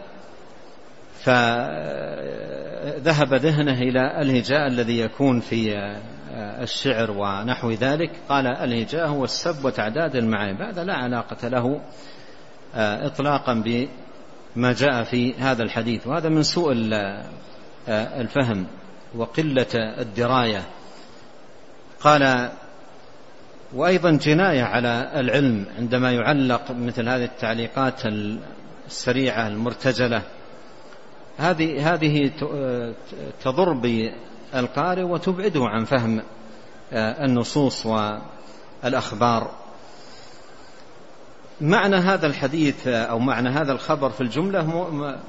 Speaker 2: فذهب ذهنه إلى الهجاء الذي يكون في الشعر ونحو ذلك، قال الهجاء هو السب وتعداد المعائب. هذا لا علاقة له إطلاقا بما جاء في هذا الحديث، وهذا من سوء الفهم وقلة الدراية. قال وأيضا جناية على العلم عندما يعلق مثل هذه التعليقات السريعة المرتجلة، هذه هذه تضر بالقارئ وتبعده عن فهم النصوص والأخبار. معنى هذا الحديث أو معنى هذا الخبر في الجملة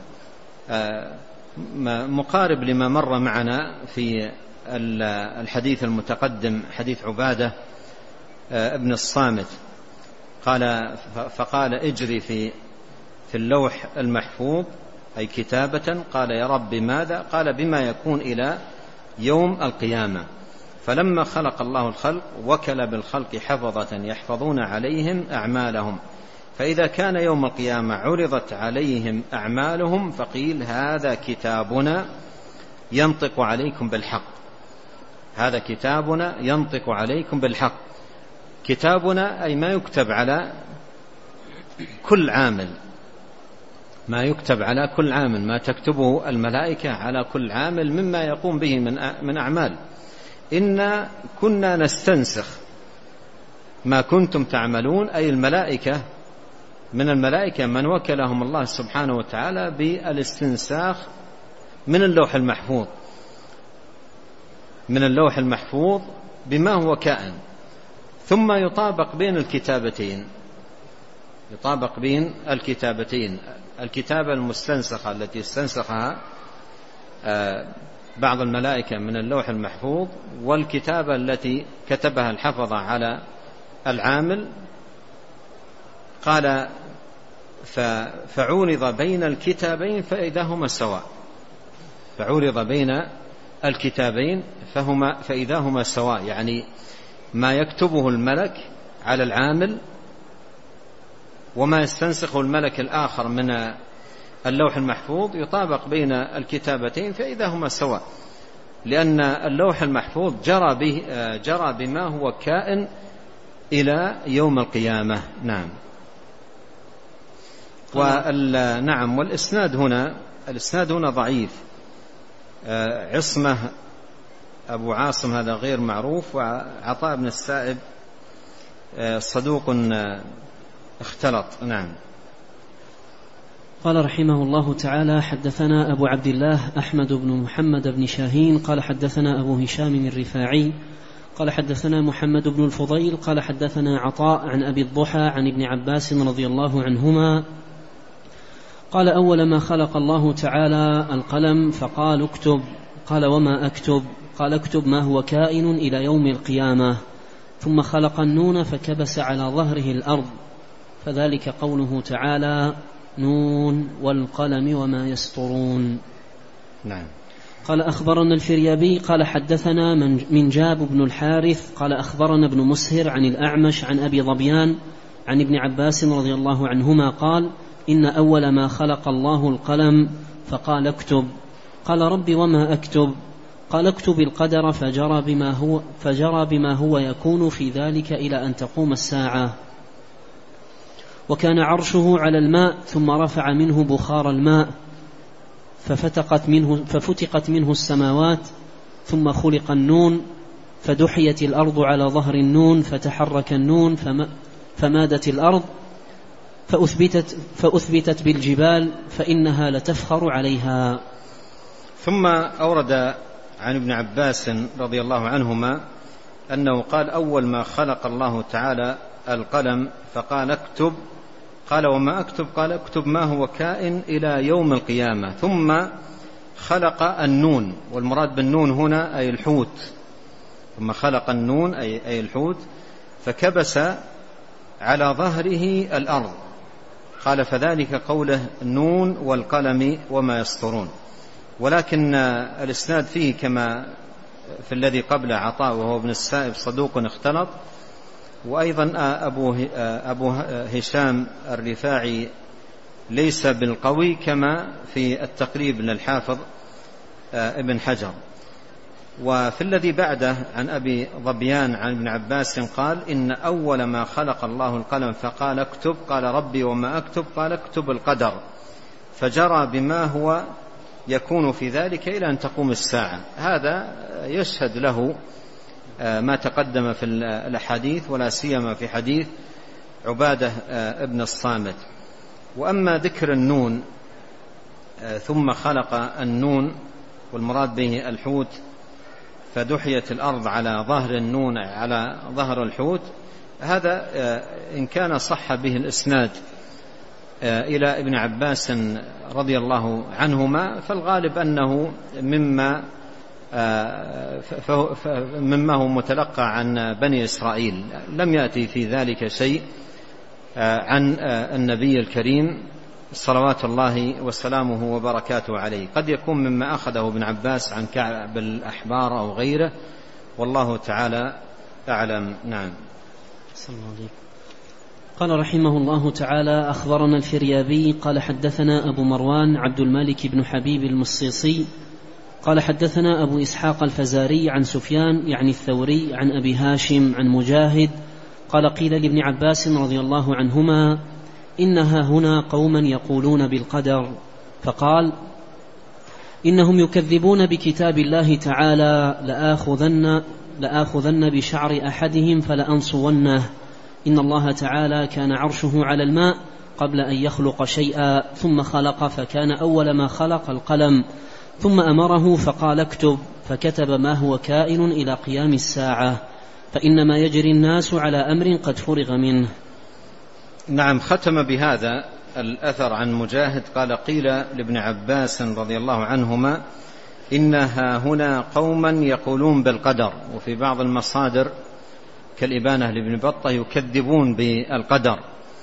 Speaker 2: مقارب لما مر معنا في الحديث المتقدم، حديث عبادة ابن الصامت. قال فقال اجري في في اللوح المحفوظ أي كتابة. قال يا رب ماذا؟ قال بما يكون إلى يوم القيامة. فلما خلق الله الخلق وكل بالخلق حفظة يحفظون عليهم أعمالهم، فإذا كان يوم القيامة عرضت عليهم أعمالهم فقيل هذا كتابنا ينطق عليكم بالحق هذا كتابنا ينطق عليكم بالحق. كتابنا أي ما يكتب على كل عامل ما يكتب على كل عامل ما تكتبه الملائكة على كل عامل مما يقوم به من أعمال. إنا كنا نستنسخ ما كنتم تعملون، أي الملائكة من الملائكة من وكلهم الله سبحانه وتعالى بالاستنساخ من اللوح المحفوظ من اللوح المحفوظ بما هو كائن، ثم يطابق بين الكتابتين يطابق بين الكتابتين الكتابة المستنسخة التي استنسخها بعض الملائكة من اللوح المحفوظ، والكتابة التي كتبها الحفظة على العامل. قال فعورض بين الكتابين فإذا هما سواء فعورض بين الكتابين فهما فإذا هما سواء، يعني ما يكتبه الملك على العامل وما يستنسخه الملك الآخر من اللوح المحفوظ يطابق بين الكتابتين فإذا هما سواء، لأن اللوح المحفوظ جرى به جرى بما هو كائن إلى يوم القيامة. نعم. نعم. والإسناد هنا الإسناد هنا ضعيف. عصمة أبو عاصم هذا غير معروف، وعطاء بن السائب صدوق اختلط. نعم.
Speaker 1: قال رحمه الله تعالى حدثنا أبو عبد الله أحمد بن محمد بن شاهين قال حدثنا أبو هشام الرفاعي قال حدثنا محمد بن الفضيل قال حدثنا عطاء عن أبي الضحى عن ابن عباس رضي الله عنهما قال: أول ما خلق الله تعالى القلم فقال: اكتب. قال: وما أكتب؟ قال: اكتب ما هو كائن إلى يوم القيامة. ثم خلق النون فكبس على ظهره الأرض، فذلك قوله تعالى: نون والقلم وما يسطرون.
Speaker 2: نعم.
Speaker 1: قال: أخبرنا الفريابي قال: حدثنا من جاب بن الحارث قال: أخبرنا ابن مسهر عن الأعمش عن أبي ظبيان عن ابن عباس رضي الله عنهما قال: إن أول ما خلق الله القلم فقال: اكتب. قال: رب وما أكتب؟ قال: اكتب القدر فجرى بما هو, فجرى بما هو يكون في ذلك إلى أن تقوم الساعة. وكان عرشه على الماء، ثم رفع منه بخار الماء ففتقت منه, ففتقت منه السماوات، ثم خلق النون فدحيت الأرض على ظهر النون فتحرك النون فمادت الأرض فأثبتت, فأثبتت بالجبال فإنها لتفخر عليها.
Speaker 2: ثم أورد عن ابن عباس رضي الله عنهما أنه قال: أول ما خلق الله تعالى القلم فقال: اكتب. قال: وما أكتب؟ قال: اكتب ما هو كائن إلى يوم القيامة. ثم خلق النون، والمراد بالنون هنا أي الحوت. ثم خلق النون أي, أي الحوت فكبس على ظهره الأرض. قال: فذلك قوله: نون والقلم وما يسطرون. ولكن الإسناد فيه كما في الذي قبل عطاء وهو ابن السائب صدوق اختلط. وأيضا أبو, أبو هشام الرفاعي ليس بالقوي كما في التقريب للحافظ ابن حجر. وفي الذي بعده عن أبي ظبيان عن ابن عباس قال: إن أول ما خلق الله القلم فقال: اكتب. قال: ربي وما أكتب؟ قال: اكتب القدر فجرى بما هو يكون في ذلك إلى أن تقوم الساعة. هذا يشهد له ما تقدم في الأحاديث، ولا سيما في حديث عبادة ابن الصامت. وأما ذكر النون ثم خلق النون والمراد به الحوت فدحيت الأرض على ظهر النون على ظهر الحوت، هذا إن كان صح به الإسناد إلى ابن عباس رضي الله عنهما فالغالب أنه مما مما هو متلقى عن بني إسرائيل، لم يأتي في ذلك شيء عن النبي الكريم صلوات الله وسلامه وبركاته عليه. قد يكون مما أخذه ابن عباس عن كعب الأحبار أو غيره، والله تعالى أعلم. نعم.
Speaker 1: قال رحمه الله تعالى: أخبرنا الفريابي قال: حدثنا أبو مروان عبد الملك بن حبيب المصيصي قال: حدثنا أبو إسحاق الفزاري عن سفيان يعني الثوري عن أبي هاشم عن مجاهد قال: قيل لابن عباس رضي الله عنهما: إنها هنا قوما يقولون بالقدر، فقال: إنهم يكذبون بكتاب الله تعالى، لآخذن, لآخذن بشعر أحدهم فلأنصونه. إن الله تعالى كان عرشه على الماء قبل أن يخلق شيئا، ثم خلق فكان أول ما خلق القلم، ثم أمره فقال: اكتب، فكتب ما هو كائن إلى قيام الساعة، فإنما يجري الناس على أمر قد فرغ منه.
Speaker 2: نعم. ختم بهذا الأثر عن مجاهد قال: قيل لابن عباس رضي الله عنهما: إنها هنا قوما يقولون بالقدر. وفي بعض المصادر كالإبانة لابن بطة يكذبون بالقدر،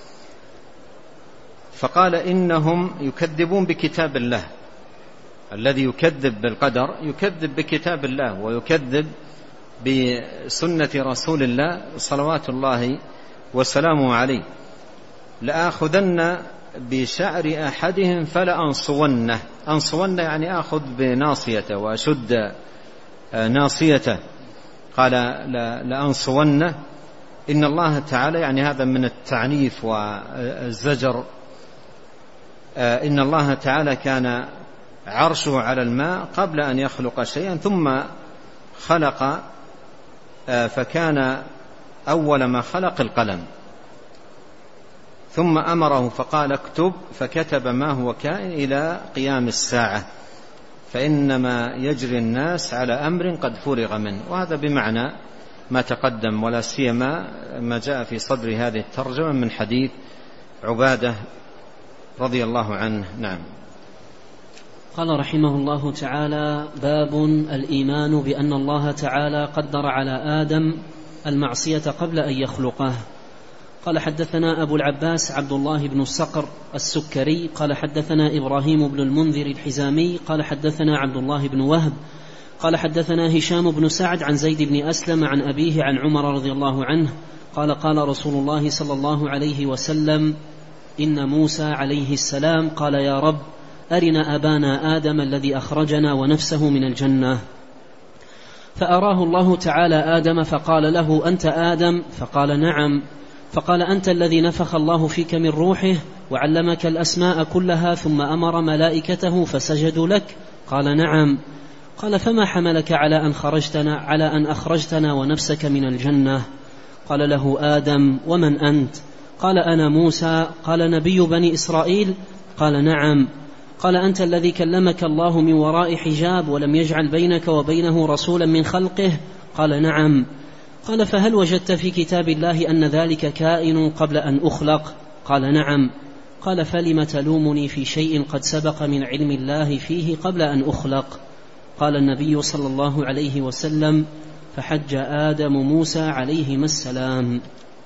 Speaker 2: فقال: إنهم يكذبون بكتاب الله. الذي يكذب بالقدر يكذب بكتاب الله ويكذب بسنة رسول الله صلوات الله وسلامه عليه. لآخذن بشعر أحدهم فلأنصونه. أنصونه يعني آخذ بناصيته وأشد ناصيته. قال: لأنصونه. إن الله تعالى، يعني هذا من التعنيف والزجر، إن الله تعالى كان عرشه على الماء قبل أن يخلق شيئا، ثم خلق فكان أول ما خلق القلم، ثم أمره فقال: اكتب، فكتب ما هو كائن إلى قيام الساعة، فإنما يجري الناس على أمر قد فرغ منه. وهذا بمعنى ما تقدم، ولا سيما ما جاء في صدر هذه الترجمة من حديث عبادة رضي الله عنه. نعم.
Speaker 1: قال رحمه الله تعالى: باب الإيمان بأن الله تعالى قدر على آدم المعصية قبل أن يخلقه. قال حدثنا أبو العباس عبد الله بن الصقر السكري قال حدثنا إبراهيم بن المنذر الحزامي قال حدثنا عبد الله بن وهب قال حدثنا هشام بن سعد عن زيد بن أسلم عن أبيه عن عمر رضي الله عنه قال قال رسول الله صلى الله عليه وسلم: إن موسى عليه السلام قال: يا رب أرنا أبانا آدم الذي أخرجنا ونفسه من الجنة. فأراه الله تعالى آدم فقال له: أنت آدم؟ فقال: نعم. فقال: أنت الذي نفخ الله فيك من روحه وعلمك الأسماء كلها ثم أمر ملائكته فسجدوا لك؟ قال: نعم. قال: فما حملك على أن خرجتنا على أن أخرجتنا ونفسك من الجنة؟ قال له آدم: ومن أنت؟ قال: أنا موسى. قال: نبي بني إسرائيل؟ قال: نعم. قال: أنت الذي كلمك الله من وراء حجاب ولم يجعل بينك وبينه رسولا من خلقه؟ قال: نعم. قال: فهل وجدت في كتاب الله أن ذلك كائن قبل أن أخلق؟ قال: نعم. قال: فلم تلومني في شيء قد سبق من علم الله فيه قبل أن أخلق؟ قال النبي صلى الله عليه وسلم: فحج آدم موسى عليهما السلام.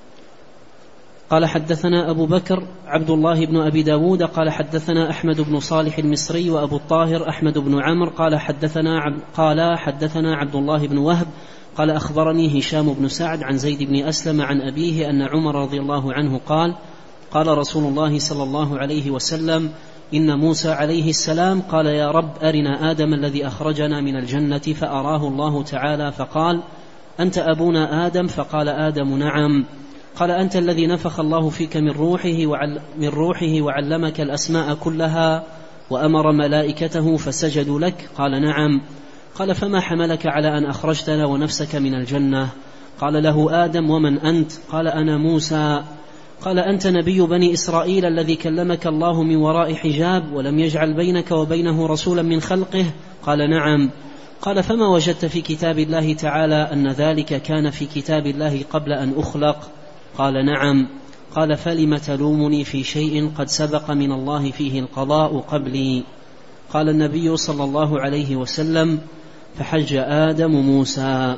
Speaker 1: قال حدثنا أبو بكر عبد الله بن أبي داود قال حدثنا أحمد بن صالح المصري وأبو الطاهر أحمد بن عمرو قال حدثنا عب قال حدثنا عبد الله بن وهب قال أخبرني هشام بن سعد عن زيد بن أسلم عن أبيه أن عمر رضي الله عنه قال: قال رسول الله صلى الله عليه وسلم: إن موسى عليه السلام قال: يا رب أرنا آدم الذي أخرجنا من الجنة، فأراه الله تعالى فقال: أنت أبونا آدم؟ فقال آدم: نعم. قال: أنت الذي نفخ الله فيك من روحه, وعل من روحه وعلمك الأسماء كلها وأمر ملائكته فسجدوا لك؟ قال: نعم. قال: فما حملك على أن أخرجتنا ونفسك من الجنة؟ قال له آدم: ومن أنت؟ قال: أنا موسى. قال: أنت نبي بني إسرائيل الذي كلمك الله من وراء حجاب ولم يجعل بينك وبينه رسولا من خلقه؟ قال: نعم. قال: فما وجدت في كتاب الله تعالى أن ذلك كان في كتاب الله قبل أن أخلق؟ قال: نعم. قال: فلم تلومني في شيء قد سبق من الله فيه القضاء قبلي؟ قال النبي صلى الله عليه وسلم: فحج آدم موسى.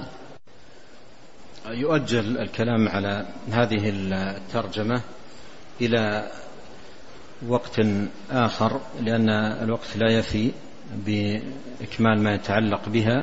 Speaker 2: يؤجل الكلام على هذه الترجمة إلى وقت آخر، لأن الوقت لا يفي بإكمال ما يتعلق بها.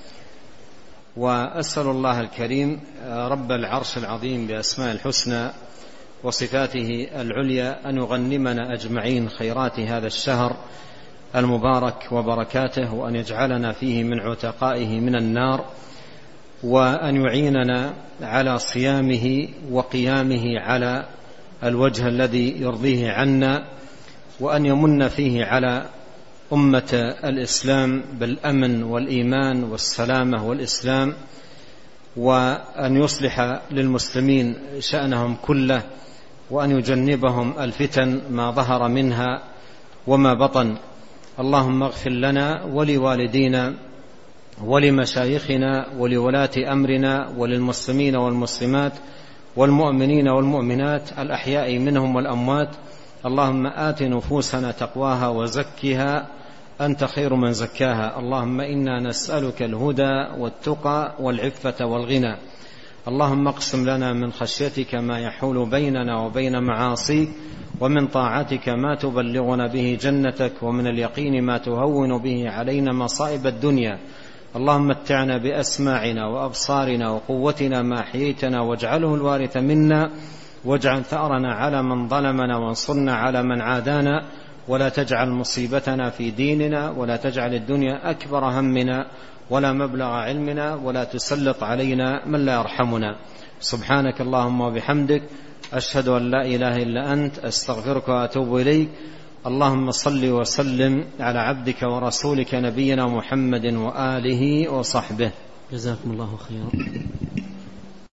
Speaker 2: وأسأل الله الكريم رب العرش العظيم بأسماء الحسنى وصفاته العليا أن يغنمنا أجمعين خيرات هذا الشهر المبارك وبركاته، وأن يجعلنا فيه من عتقائه من النار، وأن يعيننا على صيامه وقيامه على الوجه الذي يرضيه عنا، وأن يمن فيه على أمة الإسلام بالأمن والإيمان والسلامة والإسلام، وأن يصلح للمسلمين شأنهم كله، وأن يجنبهم الفتن ما ظهر منها وما بطن. اللهم اغفر لنا ولوالدينا ولمشايخنا ولولاة أمرنا وللمسلمين والمسلمات والمؤمنين والمؤمنات الأحياء منهم والأموات. اللهم آت نفوسنا تقواها وزكها أنت خير من زكاها. اللهم إنا نسألك الهدى والتقى والعفة والغنى. اللهم اقسم لنا من خشيتك ما يحول بيننا وبين معاصيك، ومن طاعتك ما تبلغنا به جنتك، ومن اليقين ما تهون به علينا مصائب الدنيا. اللهم متعنا بأسماعنا وأبصارنا وقوتنا ما أحييتنا، واجعله الوارث منا، واجعل ثأرنا على من ظلمنا، وانصرنا على من عادانا، ولا تجعل مصيبتنا في ديننا، ولا تجعل الدنيا أكبر همنا ولا مبلغ علمنا، ولا تسلط علينا من لا يرحمنا. سبحانك اللهم وبحمدك، أشهد أن لا إله إلا أنت، أستغفرك وأتوب إليك. اللهم صل وسلم على عبدك ورسولك نبينا محمد وآله وصحبه.
Speaker 1: جزاكم الله خيرا.